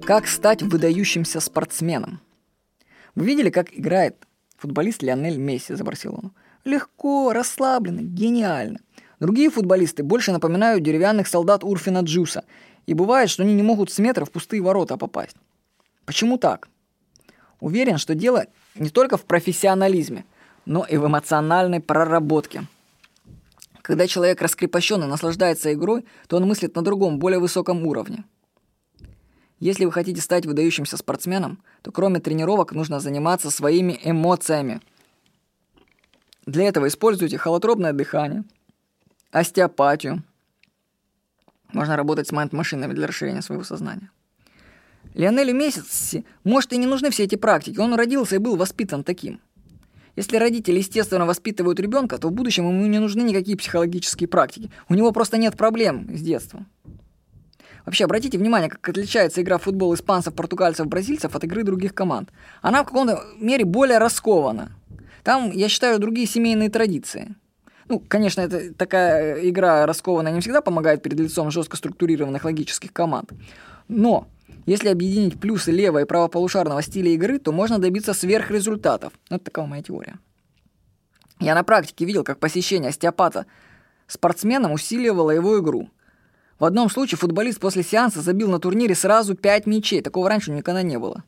Как стать выдающимся спортсменом? Вы видели, как играет футболист Лионель Месси за Барселону? Легко, расслабленно, гениально. Другие футболисты больше напоминают деревянных солдат Урфина Джюса, и бывает, что они не могут с метра в пустые ворота попасть. Почему так? Уверен, что дело не только в профессионализме, но и в эмоциональной проработке. Когда человек раскрепощен и наслаждается игрой, то он мыслит на другом, более высоком уровне. Если вы хотите стать выдающимся спортсменом, то кроме тренировок нужно заниматься своими эмоциями. Для этого используйте холотропное дыхание, остеопатию. Можно работать с майнд-машинами для расширения своего сознания. Лионелю Месси, может, и не нужны все эти практики, он родился и был воспитан таким. Если родители естественно воспитывают ребенка, то в будущем ему не нужны никакие психологические практики. У него просто нет проблем с детства. Вообще, обратите внимание, как отличается игра в футбол испанцев, португальцев, бразильцев от игры других команд. Она в каком-то мере более раскована. Там, я считаю, другие семейные традиции. Конечно, это такая игра раскованная не всегда помогает перед лицом жестко структурированных логических команд. Но если объединить плюсы лево- и правополушарного стиля игры, то можно добиться сверхрезультатов. Это такая моя теория. Я на практике видел, как посещение остеопата спортсменом усиливало его игру. В одном случае футболист после сеанса забил на турнире сразу 5 мячей. Такого раньше никогда не было.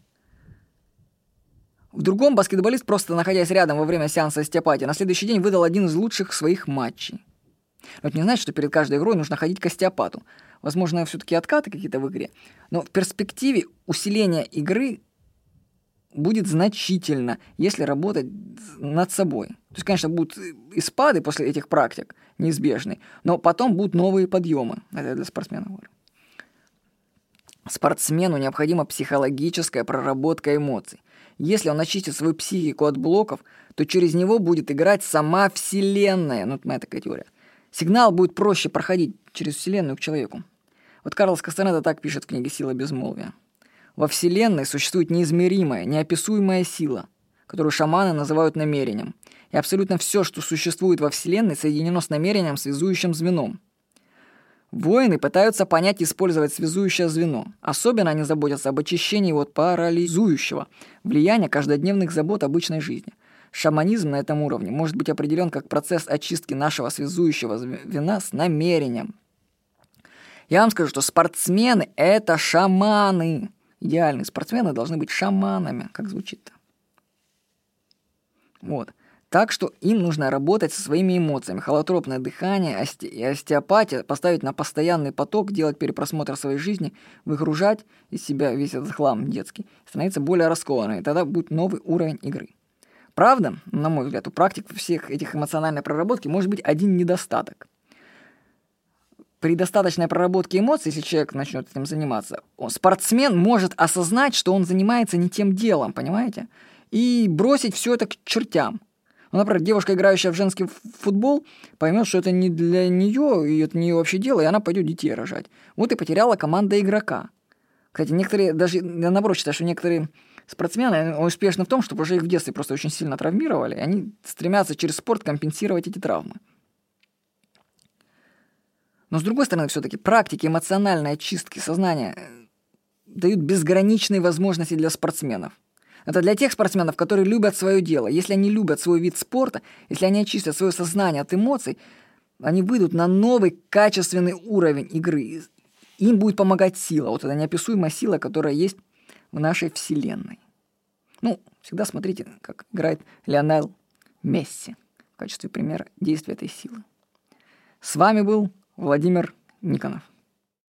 В другом баскетболист, просто находясь рядом во время сеанса остеопатии, на следующий день выдал один из лучших своих матчей. Но это не значит, что перед каждой игрой нужно ходить к остеопату. Возможно, все-таки откаты какие-то в игре. Но в перспективе усиление игры будет значительно, если работать над собой. То есть, конечно, будут и спады после этих практик неизбежны, но потом будут новые подъемы. Это я для спортсмена говорю. Спортсмену необходима психологическая проработка эмоций. Если он очистит свою психику от блоков, то через него будет играть сама Вселенная. Это моя такая теория. Сигнал будет проще проходить через Вселенную к человеку. Вот Карлос Кастанеда так пишет в книге «Сила безмолвия». Во Вселенной существует неизмеримая, неописуемая сила, которую шаманы называют намерением. И абсолютно все, что существует во Вселенной, соединено с намерением, связующим звеном. Воины пытаются понять и использовать связующее звено. Особенно они заботятся об очищении от парализующего влияния каждодневных забот обычной жизни. Шаманизм на этом уровне может быть определен как процесс очистки нашего связующего звена с намерением. Я вам скажу, что спортсмены – это шаманы. Идеальные спортсмены должны быть шаманами. Как звучит-то? Вот. Так что им нужно работать со своими эмоциями. Холотропное дыхание и остеопатия, поставить на постоянный поток, делать перепросмотр своей жизни, выгружать из себя весь этот хлам детский, становиться более раскованным. И тогда будет новый уровень игры. Правда, на мой взгляд, у практик всех этих эмоциональной проработки может быть один недостаток. При достаточной проработке эмоций, если человек начнет этим заниматься, спортсмен может осознать, что он занимается не тем делом, понимаете? И бросить все это к чертям. Например, девушка, играющая в женский футбол, поймет, что это не для нее, и это не ее вообще дело, и она пойдет детей рожать. Вот и потеряла команда игрока. Кстати, некоторые, даже я наоборот считаю, что некоторые спортсмены успешны в том, что уже их в детстве просто очень сильно травмировали, и они стремятся через спорт компенсировать эти травмы. Но, с другой стороны, все-таки практики эмоциональной очистки сознания дают безграничные возможности для спортсменов. Это для тех спортсменов, которые любят свое дело. Если они любят свой вид спорта, если они очистят свое сознание от эмоций, они выйдут на новый качественный уровень игры. Им будет помогать сила. Вот эта неописуемая сила, которая есть в нашей Вселенной. Всегда смотрите, как играет Лионель Месси в качестве примера действия этой силы. С вами был Владимир Никонов.